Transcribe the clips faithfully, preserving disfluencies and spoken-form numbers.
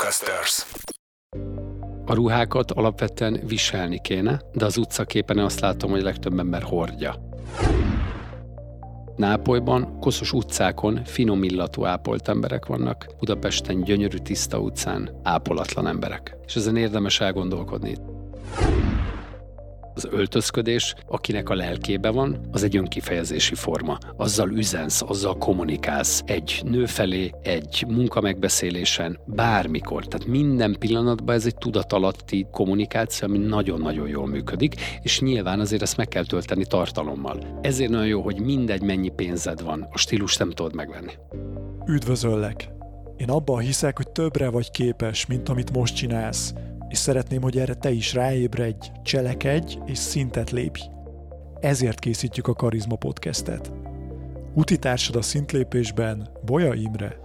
Podcasters. A ruhákat alapvetően viselni kéne, de az utcaképen azt látom, hogy a legtöbb ember hordja. Nápolyban, koszos utcákon finom illatú ápolt emberek vannak, Budapesten gyönyörű tiszta utcán ápolatlan emberek. És ezen érdemes elgondolkodni. Az öltözködés, akinek a lelkébe van, az egy önkifejezési forma. Azzal üzensz, azzal kommunikálsz egy nő felé, egy munkamegbeszélésen, bármikor. Tehát minden pillanatban ez egy tudatalatti kommunikáció, ami nagyon-nagyon jól működik, és nyilván azért ezt meg kell tölteni tartalommal. Ezért nagyon jó, hogy mindegy, mennyi pénzed van, a stílust nem tudod megvenni. Üdvözöllek! Én abban hiszek, hogy többre vagy képes, mint amit most csinálsz, és szeretném, hogy erre te is ráébredj, cselekedj és szintet lépj. Ezért készítjük a Karizma Podcastet. Utitársad a szintlépésben Bolya Imre.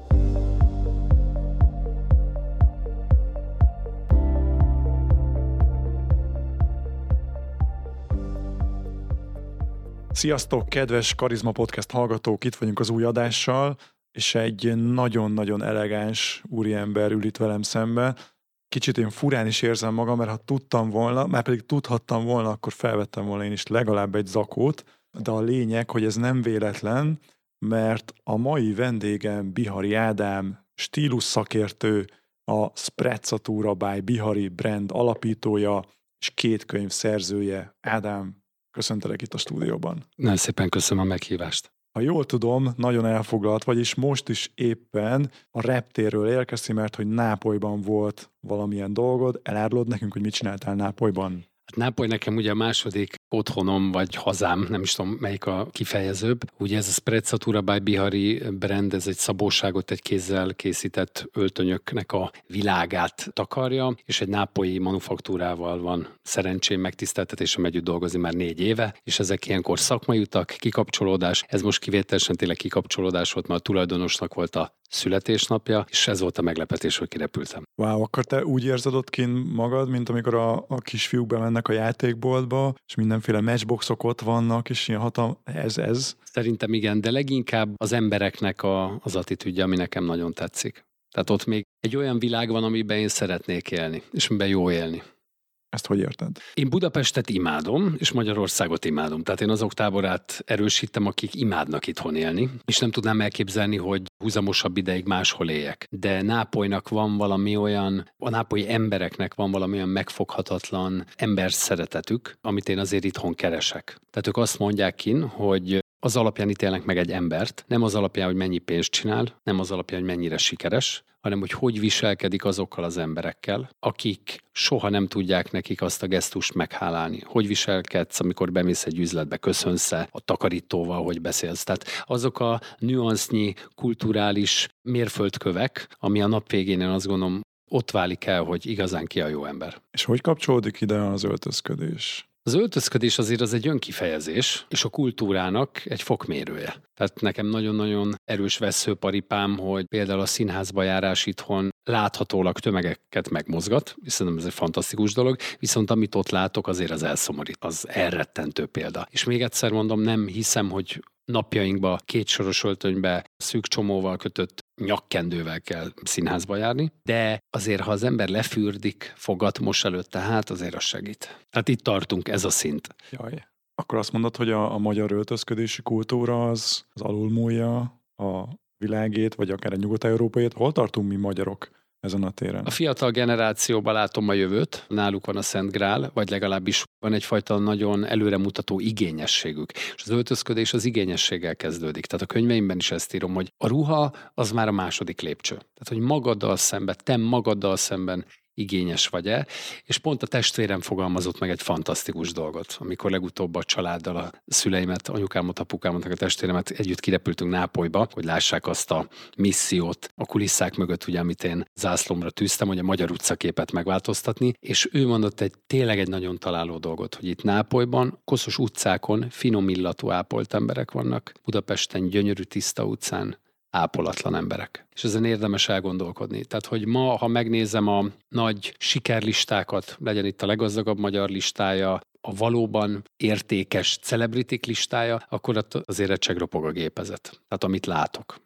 Sziasztok, kedves Karizma Podcast hallgatók! Itt vagyunk az új adással, és egy nagyon-nagyon elegáns úriember ül itt velem szembe. Kicsit én furán is érzem magam, mert ha tudtam volna, már pedig tudhattam volna, akkor felvettem volna én is legalább egy zakót, de a lényeg, hogy ez nem véletlen, mert a mai vendégem Bihari Ádám, stílus szakértő, a Sprezzatura by Bihari brand alapítója, és két könyv szerzője. Ádám, köszöntelek itt a stúdióban. Nagyon szépen köszönöm a meghívást. Ha jól tudom, nagyon elfoglalt vagy, és most is éppen a reptérről érkeztél, mert hogy Nápolyban volt valamilyen dolgod. Elárulod nekünk, hogy mit csináltál Nápolyban? Hát Nápoly nekem ugye a második otthonom, vagy hazám, nem is tudom melyik a kifejezőbb. Ugye ez a Sprezzatura by Bihari brand, ez egy szabóságot, egy kézzel készített öltönyöknek a világát takarja, és egy nápolyi manufaktúrával van szerencsém megtiszteltetésem együtt dolgozni már négy éve, és ezek ilyenkor szakmai utak, kikapcsolódás, ez most kivételesen tényleg kikapcsolódás volt, mert a tulajdonosnak volt a születésnapja, és ez volt a meglepetés, hogy kirepültem. Wow, akkor te úgy érzed ott kint magad, mint amikor a, a kisfiúk bemennek a játékboltba, és mindenféle matchboxok ott vannak, és ilyen hatalmas, ez, ez. Szerintem igen, de leginkább az embereknek a, az attitűdje, ami nekem nagyon tetszik. Tehát ott még egy olyan világ van, amiben én szeretnék élni, és amiben jó élni. Ezt hogy érted? Én Budapestet imádom, és Magyarországot imádom. Tehát én azok táborát erősítem, akik imádnak itthon élni, és nem tudnám elképzelni, hogy húzamosabb ideig máshol éljek. De Nápolynak van valami olyan, a nápolyi embereknek van valami olyan megfoghatatlan emberszeretetük, amit én azért itthon keresek. Tehát ők azt mondják kin, hogy az alapján ítélnek meg egy embert, nem az alapján, hogy mennyi pénzt csinál, nem az alapján, hogy mennyire sikeres, hanem hogy hogy viselkedik azokkal az emberekkel, akik soha nem tudják nekik azt a gesztust meghálálni. Hogy viselkedsz, amikor bemész egy üzletbe, köszönsz-e a takarítóval, hogy beszélsz. Tehát azok a nüansznyi, kulturális mérföldkövek, ami a nap végén én azt gondolom, ott válik el, hogy igazán ki a jó ember. És hogy kapcsolódik ide az öltözködés? Az öltözködés azért az egy önkifejezés, és a kultúrának egy fokmérője. Tehát nekem nagyon-nagyon erős vesszőparipám, hogy például a színházba járás itthon láthatólag tömegeket megmozgat, és szerintem ez egy fantasztikus dolog, viszont amit ott látok, azért az elszomorít, az elrettentő példa. És még egyszer mondom, nem hiszem, hogy napjainkban két soros öltönybe szűk csomóval kötött nyakkendővel kell színházba járni, de azért, ha az ember lefürdik, fogat, mos előtte, hát azért az segít. Tehát itt tartunk, ez a szint. Jaj. Akkor azt mondod, hogy a, a magyar öltözködési kultúra az, az alulmúlja a világét, vagy akár a nyugat-európaiét. Hol tartunk mi magyarok ezen a téren? A fiatal generációban látom a jövőt, náluk van a Szent Grál, vagy legalábbis van egyfajta nagyon előremutató igényességük. És az öltözködés az igényességgel kezdődik. Tehát a könyveimben is ezt írom, hogy a ruha az már a második lépcső. Tehát, hogy magaddal szemben, te magaddal szemben igényes vagy-e, és pont a testvérem fogalmazott meg egy fantasztikus dolgot, amikor legutóbb a családdal a szüleimet, anyukámat, apukámat, a testvéremet együtt kirepültünk Nápolyba, hogy lássák azt a missziót a kulisszák mögött, ugye, amit én zászlomra tűztem, hogy a magyar utcaképet megváltoztatni, és ő mondott egy tényleg egy nagyon találó dolgot, hogy itt Nápolyban, koszos utcákon finom illatú ápolt emberek vannak, Budapesten gyönyörű tiszta utcán ápolatlan emberek. És ezen érdemes elgondolkodni. Tehát, hogy ma, ha megnézem a nagy sikerlistákat, legyen itt a leggazdagabb magyar listája, a valóban értékes celebritik listája, akkor azért recseg ropog a gépezet. Tehát amit látok.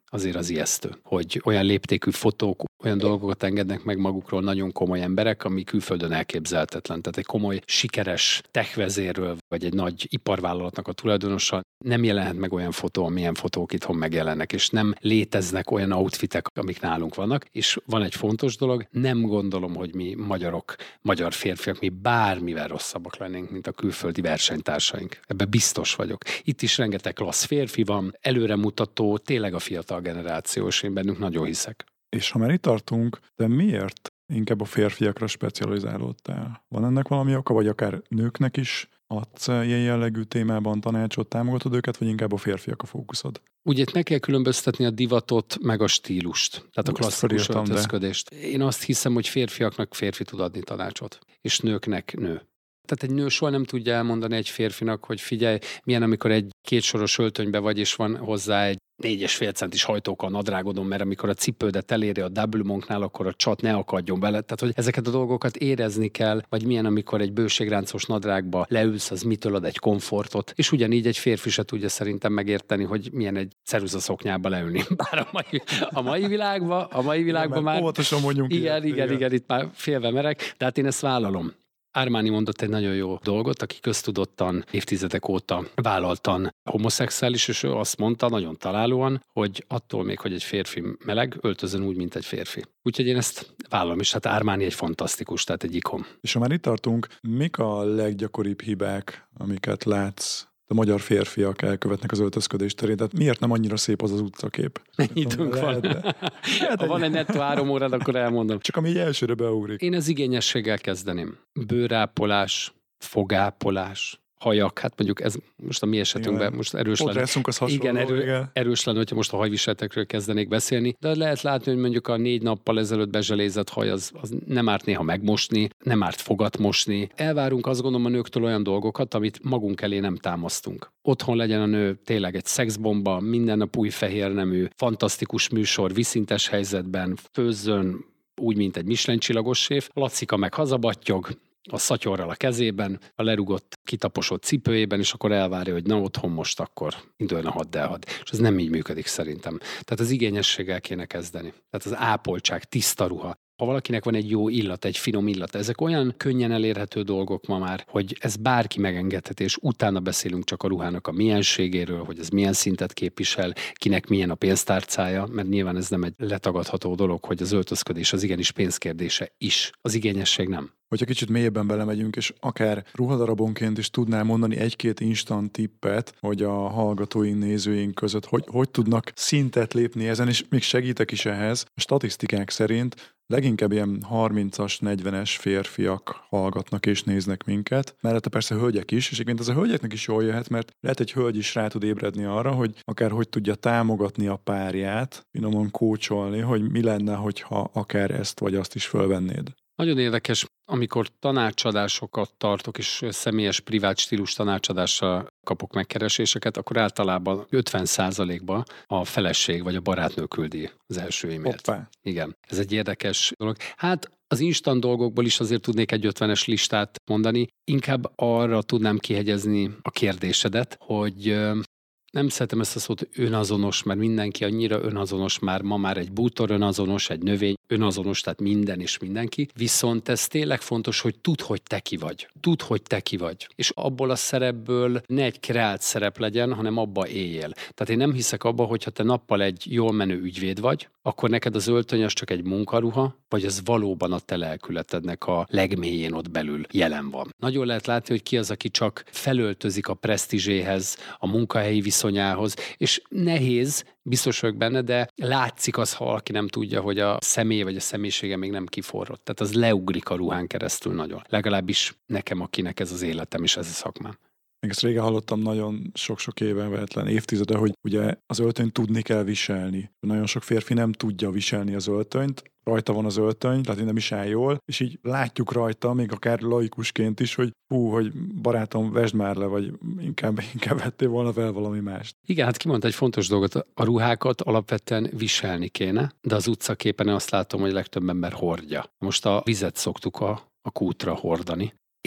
azért az ijesztő, hogy olyan léptékű fotók, olyan dolgokat engednek meg magukról nagyon komoly emberek, ami külföldön elképzelhetetlen. Tehát egy komoly, sikeres techvezérről, vagy egy nagy iparvállalatnak a tulajdonosa nem jelenhet meg olyan fotó, amilyen fotók itthon megjelennek, és nem léteznek olyan outfitek, amik nálunk vannak. És van egy fontos dolog, nem gondolom, hogy mi magyarok, magyar férfiak, mi bármivel rosszabbak lennénk, mint a külföldi versenytársaink. Ebben biztos vagyok. Itt is rengeteg klassz férfi van, előremutató, tényleg a fiatal generáció, és én bennünk nagyon hiszek. És ha már itt tartunk, de miért inkább a férfiakra specializálódtál? Van ennek valami oka, vagy akár nőknek is adsz ilyen jellegű témában tanácsot, támogatod őket, vagy inkább a férfiak a fókuszod? Ugye itt meg kell különböztetni a divatot, meg a stílust, tehát a klasszikus öltözködést. Én azt hiszem, hogy férfiaknak férfi tud adni tanácsot, és nőknek nő. Tehát egy nő soha nem tudja elmondani egy férfinak, hogy figyelj, milyen, amikor egy kétsoros öltönybe vagy, és van hozzá egy négyes fél centis hajtóka a nadrágodon, mert amikor a cipődet eléri a Double Monknál, akkor a csat ne akadjon bele. Tehát, hogy ezeket a dolgokat érezni kell, vagy milyen, amikor egy bőségráncos nadrágba leülsz, az mitől ad egy komfortot. És ugyanígy egy férfi se tudja szerintem megérteni, hogy milyen egy ceruzaszoknyába leülni. Bár a mai, a mai világban, a mai világban már... Óvatosan mondjunk igen, ilyet, igen, igen, igen, itt már félve merek, de hát én ezt vállalom. Armani mondott egy nagyon jó dolgot, aki köztudottan évtizedek óta vállaltan homoszexuális, és ő azt mondta nagyon találóan, hogy attól még, hogy egy férfi meleg, öltözön úgy, mint egy férfi. Úgyhogy én ezt vállalom, és hát Armani egy fantasztikus, tehát egy ikon. És ha már itt tartunk, mik a leggyakoribb hibák, amiket látsz, a magyar férfiak elkövetnek az öltözködés terén? Tehát miért nem annyira szép az az utcakép? Időnk van. De... Ha van egy nettó három órád, akkor elmondom. Csak ami így elsőre beugrik. Én az igényességgel kezdeném. Bőrápolás, fogápolás, hajak, hát mondjuk ez most a mi esetünkben igen. Most erős lenne. Az hasonló, igen, erő, igen, erős lenne, hogyha most a hajviseletekről kezdenék beszélni, de lehet látni, hogy mondjuk a négy nappal ezelőtt bezselézett haj, az, az nem árt néha megmosni, nem árt fogat mosni. Elvárunk azt gondolom a nőktől olyan dolgokat, amit magunk elé nem támasztunk. Otthon legyen a nő tényleg egy szexbomba, minden nap új fehér nemű, fantasztikus műsor, viszintes helyzetben, főzzön úgy, mint egy Michelin csillagos séf, Lacika meg hazabattyog, a szatyorral a kezében, a lerugott, kitaposott cipőjében, és akkor elvárja, hogy na otthon most akkor induljon a haddelhad. És ez nem így működik szerintem. Tehát az igényességgel kéne kezdeni. Tehát az ápoltság, tiszta ruha. Ha valakinek van egy jó illat, egy finom illat, ezek olyan könnyen elérhető dolgok ma már, hogy ez bárki megengedheti, és utána beszélünk csak a ruhának a mienségéről, hogy ez milyen szintet képvisel, kinek milyen a pénztárcája, mert nyilván ez nem egy letagadható dolog, hogy az öltözködés az igenis pénzkérdése is. Az igényesség nem. Hogyha kicsit mélyebben belemegyünk, és akár ruhadarabonként is tudnál mondani egy-két instant tippet, hogy a hallgatóink, nézőink között hogy, hogy tudnak szintet lépni ezen, és még segítek is ehhez. A statisztikák szerint leginkább ilyen harmincas, negyvenes férfiak hallgatnak és néznek minket, mellette persze hölgyek is, és egyébként ez a hölgyeknek is jól jöhet, mert lehet egy hölgy is rá tud ébredni arra, hogy akár hogy tudja támogatni a párját, finoman kócsolni, hogy mi lenne, hogyha akár ezt vagy azt is fölvennéd. Nagyon érdekes, amikor tanácsadásokat tartok, és személyes, privát stílus tanácsadással kapok megkereséseket, akkor általában ötven százalékban a feleség vagy a barátnő küldi az első e-mailt. Hoppá. Igen, ez egy érdekes dolog. Hát az instant dolgokból is azért tudnék egy ötvenes listát mondani. Inkább arra tudnám kihegyezni a kérdésedet, hogy nem szeretem ezt a szót, hogy önazonos, mert mindenki annyira önazonos már, ma már egy bútor önazonos, egy növény önazonos, tehát minden és mindenki. Viszont ez tényleg fontos, hogy tudd, hogy te ki vagy. Tudd, hogy te ki vagy. És abból a szerepből ne egy kreált szerep legyen, hanem abba éljél. Tehát én nem hiszek abba, hogyha te nappal egy jól menő ügyvéd vagy, akkor neked az öltöny az csak egy munkaruha, vagy ez valóban a te lelkületednek a legmélyén ott belül jelen van. Nagyon lehet látni, hogy ki az, aki csak felöltözik a presztízséhez, a munkahelyi viszonyához, és nehéz, biztos vagyok benne, de látszik az, ha valaki nem tudja, hogy a személy vagy a személyisége még nem kiforrott. Tehát az leugrik a ruhán keresztül nagyon. Legalábbis nekem, akinek ez az életem és ez a szakmám. Még ezt régen hallottam nagyon sok-sok éve, vehetlen évtizede, hogy ugye az öltönyt tudni kell viselni. Nagyon sok férfi nem tudja viselni az öltönyt, rajta van az öltöny, tehát nem is áll jól, és így látjuk rajta, még akár laikusként is, hogy hú, hogy barátom, vesd már le, vagy inkább, inkább vettél volna fel valami mást. Igen, hát kimondta egy fontos dolgot, a ruhákat alapvetően viselni kéne, de az utcaképen azt látom, hogy legtöbb ember hordja. Most a vizet szoktuk a, a kútra hordani, és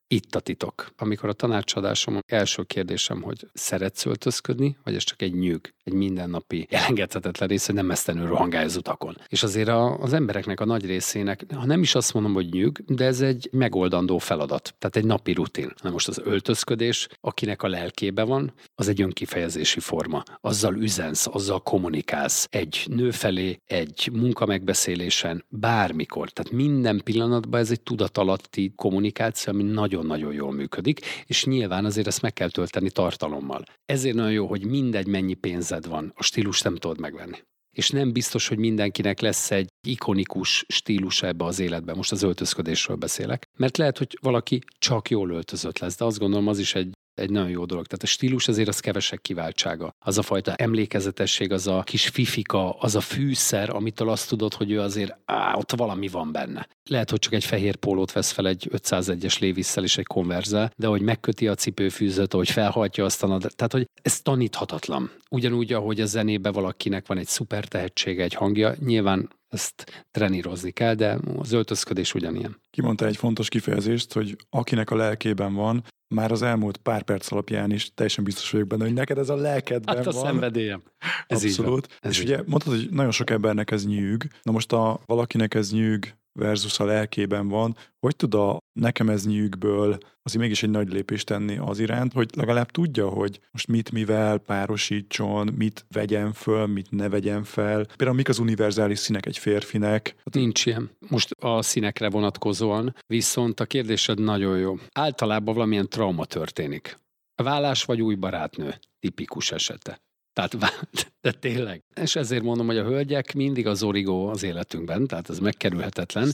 Itt a titok. Amikor a tanácsadásom első kérdésem, hogy szeretsz öltözködni, vagy ez csak egy nyűg, egy mindennapi elengedhetetlen rész, hogy nem mesztelenül rohangálj az utakon. És azért a, az embereknek a nagy részének, ha nem is azt mondom, hogy nyűg, de ez egy megoldandó feladat. Tehát egy napi rutin. Na most az öltözködés, akinek a lelkébe van, az egy önkifejezési forma. Azzal üzensz, azzal kommunikálsz. Egy nő felé, egy munkamegbeszélésen, bármikor. Tehát minden pillanatban ez egy tudatalatti kommunikáció, ami nagyon-nagyon jól működik, és nyilván azért ezt meg kell tölteni tartalommal. Ezért nagyon jó, hogy mindegy mennyi pénzed van, a stílust nem tudod megvenni. És nem biztos, hogy mindenkinek lesz egy ikonikus stílus ebbe az életben. Most az öltözködésről beszélek. Mert lehet, hogy valaki csak jól öltözött lesz, de azt gondolom, az is egy egy nagyon jó dolog. Tehát a stílus azért az kevesek kiváltsága. Az a fajta emlékezetesség, az a kis fifika, az a fűszer, amitől azt tudod, hogy ő azért, á, ott valami van benne. Lehet, hogy csak egy fehér pólót vesz fel egy ötszázegyes Levi's-szel és egy Converse-zel, de hogy megköti a cipőfűzőt, hogy felhajtja azt a nadrágot. Tehát, hogy ez taníthatatlan. Ugyanúgy, ahogy a zenébe valakinek van egy szuper tehetsége, egy hangja, nyilván ezt trenírozni kell, de az öltözködés ugyanilyen. Kimondta egy fontos kifejezést, hogy akinek a lelkében van, már az elmúlt pár perc alapján is teljesen biztos vagyok benne, hogy neked ez a lelkedben hát a van. szenvedélyem. Ez abszolút. Ez és ugye van. Mondtad, hogy nagyon sok embernek ez nyűg. Na most a valakinek ez nyűg versus a lelkében van, hogy tud a nekem ez nyűgből azért mégis egy nagy lépést tenni az iránt, hogy legalább tudja, hogy most mit mivel párosítson, mit vegyen föl, mit ne vegyen fel. Például mik az univerzális színek egy férfinek? Nincs ilyen. Most a színekre vonatkozóan, viszont a kérdésed nagyon jó. Általában valamilyen trauma történik. A vállás vagy új barátnő, tipikus esete. Tehát, de tényleg. És ezért mondom, hogy a hölgyek mindig az origó az életünkben, tehát ez megkerülhetetlen.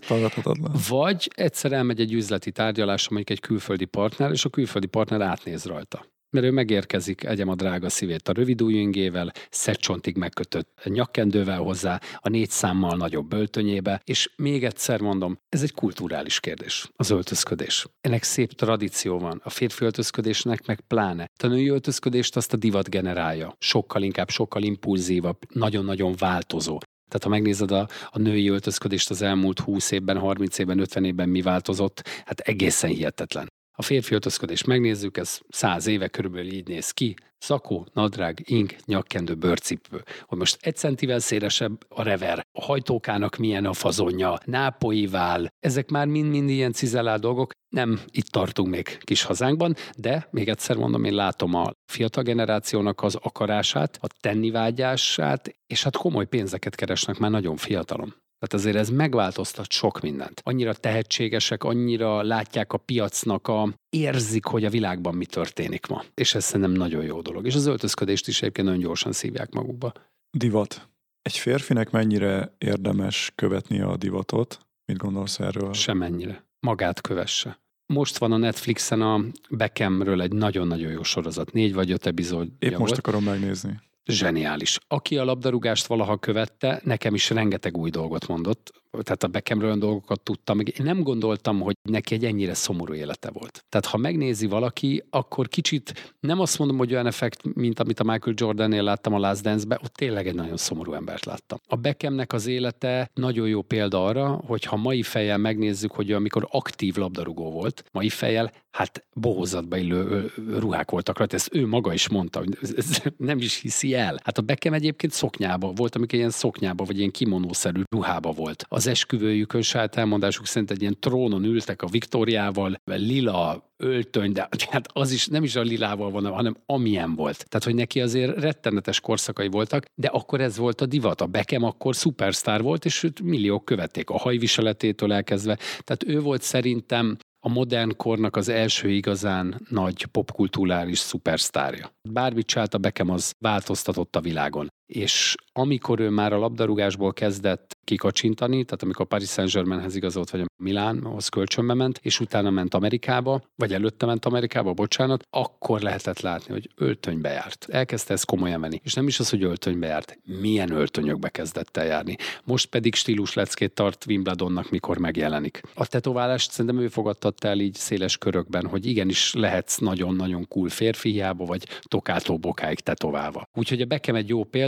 Vagy egyszer elmegy egy üzleti tárgyalásra, mondjuk egy külföldi partner, és a külföldi partner átnéz rajta. Mert ő megérkezik, egyem a drága szívét a rövid ujjingével, szedcsontig megkötött nyakkendővel hozzá, a négy számmal nagyobb öltönyébe, és még egyszer mondom, ez egy kulturális kérdés, az öltözködés. Ennek szép tradíció van, a férfi öltözködésnek meg pláne. A női öltözködést azt a divat generálja, sokkal inkább, sokkal impulzívabb, nagyon-nagyon változó. Tehát ha megnézed a, a női öltözködést az elmúlt húsz évben, harminc évben, ötven évben mi változott, hát egészen hihetetlen. A férfi öltözködést megnézzük, ez száz éve körülbelül így néz ki. Szakó, nadrág, ing, nyakkendő, bőrcipő. Hogy most egy centivel szélesebb a rever, a hajtókának milyen a fazonja, nápolyivál, ezek már mind-mind ilyen cizellált dolgok. Nem itt tartunk még kis hazánkban, de még egyszer mondom, én látom a fiatal generációnak az akarását, a tennivágyását, és hát komoly pénzeket keresnek már nagyon fiatalon. Tehát azért ez megváltoztat sok mindent. Annyira tehetségesek, annyira látják a piacnak, a, érzik, hogy a világban mi történik ma. És ez szerintem nagyon jó dolog. És az öltözködést is egyébként nagyon gyorsan szívják magukba. Divat. Egy férfinek mennyire érdemes követni a divatot? Mit gondolsz erről? Semennyire. Magát kövesse. Most van a Netflixen a Beckhamről egy nagyon-nagyon jó sorozat. Négy vagy öt epizódja Épp volt. most akarom megnézni. Zseniális. Aki a labdarúgást valaha követte, nekem is rengeteg új dolgot mondott. Tehát a Beckhamről olyan dolgokat tudtam. Én nem gondoltam, hogy neki egy ennyire szomorú élete volt. Tehát ha megnézi valaki, akkor kicsit nem azt mondom, hogy olyan effekt, mint amit a Michael Jordannél láttam a Last Dance-be, ott tényleg egy nagyon szomorú embert láttam. A Beckhamnek az élete nagyon jó példa arra, hogy ha mai fejjel megnézzük, hogy amikor aktív labdarúgó volt, mai fejjel, hát bohózatba illő ruhák voltak rajta. Ezt ő maga is mondta, hogy ez nem is hiszi el. Hát a Beckham egyébként szoknyába volt, amikor ilyen szoknyába, vagy ilyen kimonószerű ruhába volt. Az esküvőjükön saját elmondásuk szerint egy ilyen trónon ültek a Viktóriával, lila öltöny, de hát az is nem is a lilával van, hanem amilyen volt. Tehát, hogy neki azért rettenetes korszakai voltak, de akkor ez volt a divat. A Beckham akkor szupersztár volt, és őt milliók követték a hajviseletétől elkezdve. Tehát ő volt szerintem a modern kornak az első igazán nagy popkulturális szupersztárja. Bármit csinált a Beckham, az változtatott a világon. És amikor ő már a labdarúgásból kezdett kikacsintani, tehát amikor Paris Saint-Germainhez igazolt, vagy a Milánhoz kölcsönbe ment, és utána ment Amerikába, vagy előtte ment Amerikába, bocsánat, akkor lehetett látni, hogy öltönybe járt. Elkezdte ezt komolyan venni. És nem is az, hogy öltönybe járt, milyen öltönyökbe kezdett el járni. Most pedig stílusleckét tart Wimbledonnak, mikor megjelenik. A tetoválást szerintem ő fogadtatta el így széles körökben, hogy igenis lehetsz nagyon-nagyon cool férfi, hiába vagy tokától bokáig tetoválva. Úgyhogy a Beckham egy jó példa,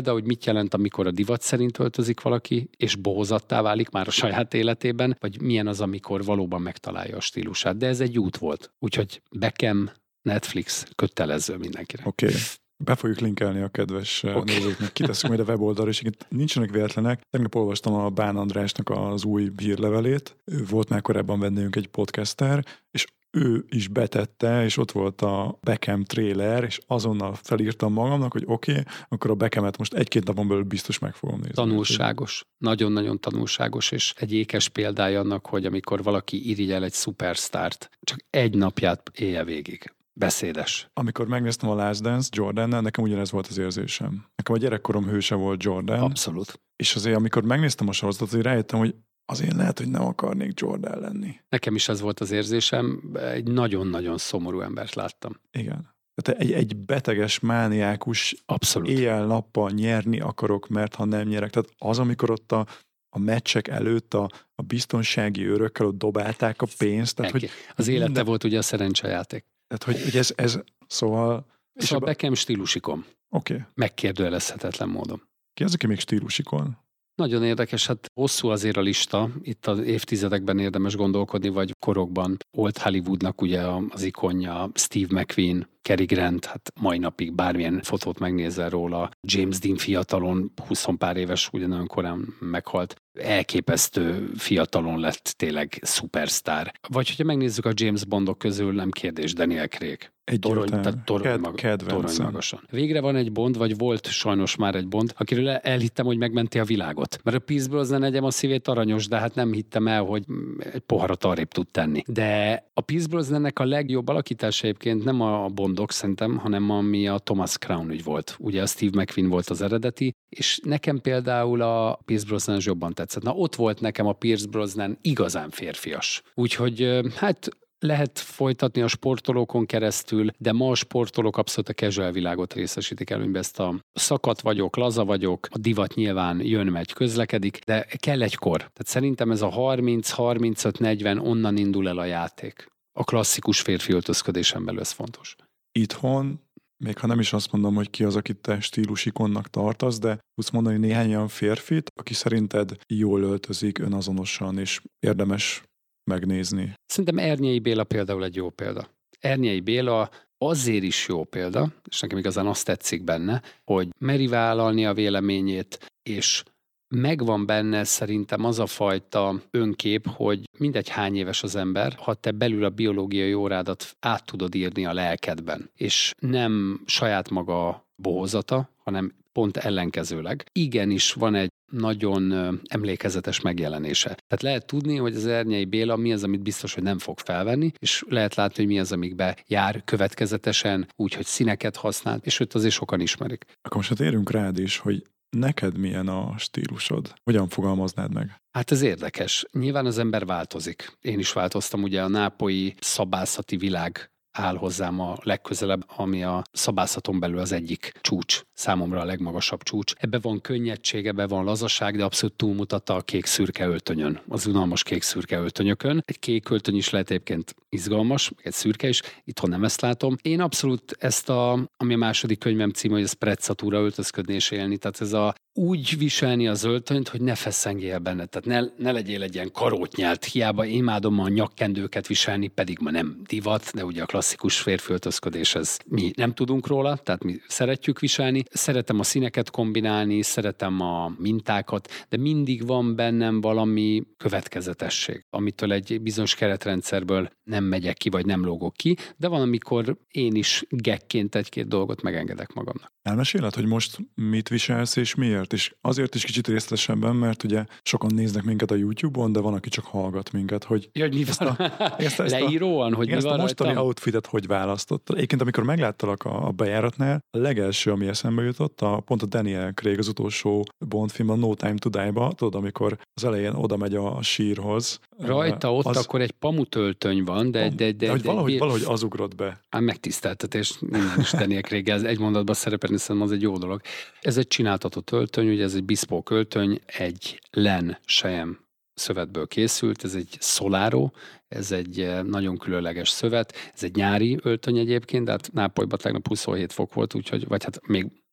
példa, hogy mit jelent, amikor a divat szerint öltözik valaki, és bohozattá válik már a saját életében, vagy milyen az, amikor valóban megtalálja a stílusát. De ez egy út volt. Úgyhogy Beckham, Netflix kötelező mindenkire. Oké. Okay. Be fogjuk linkelni a kedves okay. nézőknek, kiteszünk majd a weboldalra, és itt nincsenek véletlenek. Tegnap olvastam a Bán Andrásnak az új hírlevelét, ő volt már korábban vendégünk egy podcaster, és ő is betette, és ott volt a Beckham trailer, és azonnal felírtam magamnak, hogy oké, okay, akkor a Beckhamet most egy-két napon belül biztos meg fogom nézni. Tanulságos. Nagyon-nagyon tanulságos, és egy ékes példája annak, hogy amikor valaki irigyel egy szupersztárt, csak egy napját élje végig. Beszédes. Amikor megnéztem a Last Dance Jordannel, nekem ugyanez volt az érzésem. Nekem a gyerekkorom hőse volt Jordan. Abszolút. És azért, amikor megnéztem a sorozatot, azért rájöttem, hogy azért lehet, hogy nem akarnék Jordan lenni. Nekem is ez volt az érzésem, egy nagyon-nagyon szomorú embert láttam. Igen. Tehát egy, egy beteges, mániákus, abszolút éjjel-nappal nyerni akarok, mert ha nem nyerek. Tehát az, amikor ott a, a meccsek előtt a, a biztonsági őrökkel ott dobálták a pénzt. Tehát, hogy az élete minden... volt ugye a szerencsejáték. Tehát, hogy, hogy ez, ez szóval... Szóval Beckham stílusikon. Oké. Okay. Megkérdőjelezhetetlen módon. Ki az, aki még stílusikon? Nagyon érdekes, hát hosszú azért a lista, itt az évtizedekben érdemes gondolkodni, vagy korokban. Old Hollywoodnak ugye az ikonja, Steve McQueen, Cary Grant, hát mai napig bármilyen fotót megnézel róla, James Dean fiatalon, huszonpár éves, ugye nagyon korán meghalt, elképesztő fiatalon lett tényleg szupersztár. Vagy hogyha megnézzük a James Bondok közül, nem kérdés, Daniel Craig. Torony, tehát torony, Ked, torony magasan. Végre van egy Bond, vagy volt sajnos már egy Bond, akiről elhittem, hogy megmenti a világot. Mert a Pierce Brosnan egyem a szívét aranyos, de hát nem hittem el, hogy egy poharat arrébb tud tenni. De a Pierce Brosnannek a legjobb alakítása egyébként nem a Bondok szerintem, hanem ami a Thomas Crown ügy volt. Ugye a Steve McQueen volt az eredeti, és nekem például a Pierce Brosnan jobban tetszett. Na ott volt nekem a Pierce Brosnan igazán férfias. Úgyhogy hát lehet folytatni a sportolókon keresztül, de ma a sportolók abszolút a casual világot részesítik előnybe, ezt a szakadt vagyok, laza vagyok, a divat nyilván jön, megy, közlekedik, de kell egy kor. Tehát szerintem ez a harminc, harmincöt, negyven onnan indul el a játék. A klasszikus férfi öltözködésen belül ez fontos. Itthon, még ha nem is azt mondom, hogy ki az, akit te stílusikonnak tartasz, de tudsz mondani néhány olyan férfit, aki szerinted jól öltözik, önazonosan, és érdemes megnézni. Szerintem Ernyei Béla például egy jó példa. Ernyei Béla azért is jó példa, és nekem igazán azt tetszik benne, hogy meri vállalni a véleményét, és megvan benne szerintem az a fajta önkép, hogy mindegy hány éves az ember, ha te belül a biológiai órádat át tudod írni a lelkedben, és nem saját maga bohózata, hanem pont ellenkezőleg. Igenis van egy nagyon emlékezetes megjelenése. Tehát lehet tudni, hogy az Ernyei Béla mi az, amit biztos, hogy nem fog felvenni, és lehet látni, hogy mi az, amikbe jár következetesen, úgy, hogy színeket használ, és őt azért sokan ismerik. Akkor most hát érünk rád is, hogy neked milyen a stílusod? Hogyan fogalmaznád meg? Hát ez érdekes. Nyilván az ember változik. Én is változtam, ugye a nápolyi szabászati világ áll hozzám a legközelebb, ami a szabászaton belül az egyik csúcs, számomra a legmagasabb csúcs. Ebbe van könnyedség, ebbe van lazaság, de abszolút túlmutatta a kék-szürke öltönyön, az unalmas kék-szürke öltönyökön. Egy kék öltöny is lehet egyébként izgalmas, egy szürke is, itthon nem ezt látom. Én abszolút ezt a, ami a második könyvem címe, hogy a sprezzatura, öltözködni és élni, tehát ez a úgy viselni az öltönyt, hogy ne fesszengjél benne, tehát ne, ne legyél egy ilyen karótnyált, hiába imádom a nyakkendőket viselni, pedig ma nem divat, de ugye a klasszikus férfi öltözködés, ez mi nem tudunk róla, tehát mi szeretjük viselni. Szeretem a színeket kombinálni, szeretem a mintákat, de mindig van bennem valami következetesség, amitől egy bizonyos keretrendszerből nem megyek ki, vagy nem lógok ki, de van, amikor én is gekként egy-két dolgot megengedek magamnak. Elmeséled, hogy most mit viselsz és miért? És azért is kicsit részletesebben, mert ugye sokan néznek minket a YouTube-on, de van, aki csak hallgat minket, hogy... Ja, hogy mi van? A, ezt, ezt Leíróan, hogy ezt mi van a mostani rajtam? outfitet hogy választottad? Egyébként, amikor megláttalak a, a bejáratnál, a legelső, ami eszembe jutott, a, pont a Daniel Craig az utolsó Bond film, a No Time to Die-ba, tudod, amikor az elején oda megy a sírhoz. Rajta ott az... akkor egy pamutöltöny van, de... de, de, de, de valahogy, de, valahogy az ugrott be. Á, megtiszteltetés, minden is Daniel Craig, ez egy mondatban szerepelni, szerintem az egy jó dolog. Ez egy csináltatott öltöny, ugye ez egy bespoke öltöny, egy len sejem szövetből készült, ez egy Solaro, ez egy nagyon különleges szövet, ez egy nyári öltöny egyébként, de hát Nápolyban tegnap huszonhét fok volt, úgyhogy, vagy hát még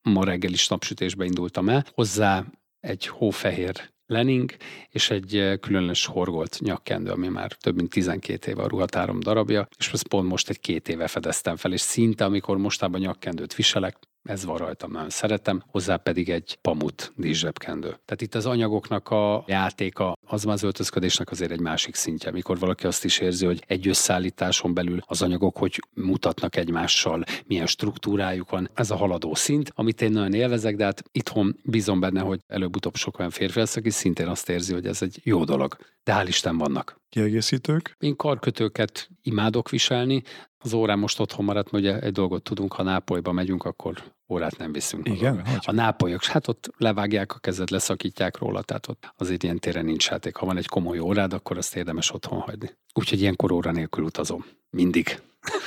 ma reggel is napsütésbe indultam el, hozzá egy hófehér lening, és egy különös horgolt nyakkendő, ami már több mint tizenkét éve a ruhatárom darabja, és ezt pont most egy két éve fedeztem fel, és szinte, amikor mostában nyakkendőt viselek, ez van rajtam, nagyon szeretem, hozzá pedig egy pamut díszsebkendő. Tehát itt az anyagoknak a játéka, az már az öltözködésnek azért egy másik szintje, amikor valaki azt is érzi, hogy egy összeállításon belül az anyagok hogy mutatnak egymással, milyen struktúrájuk van. Ez a haladó szint, amit én nagyon élvezek, de hát itthon bízom benne, hogy előbb-utóbb sok olyan férfi lesz, aki szintén azt érzi, hogy ez egy jó dolog. De hál' Isten vannak. Kiegészítők? Én karkötőket imádok viselni. Az órám most otthon maradt, mert ugye egy dolgot tudunk, ha Nápolyba megyünk, akkor órát nem viszünk. Igen? A nápolyok, hát ott levágják a kezed, leszakítják róla, tehát ott azért ilyen téren nincs játék. Ha van egy komoly órád, akkor azt érdemes otthon hagyni. Úgyhogy ilyenkor óra nélkül utazom. Mindig.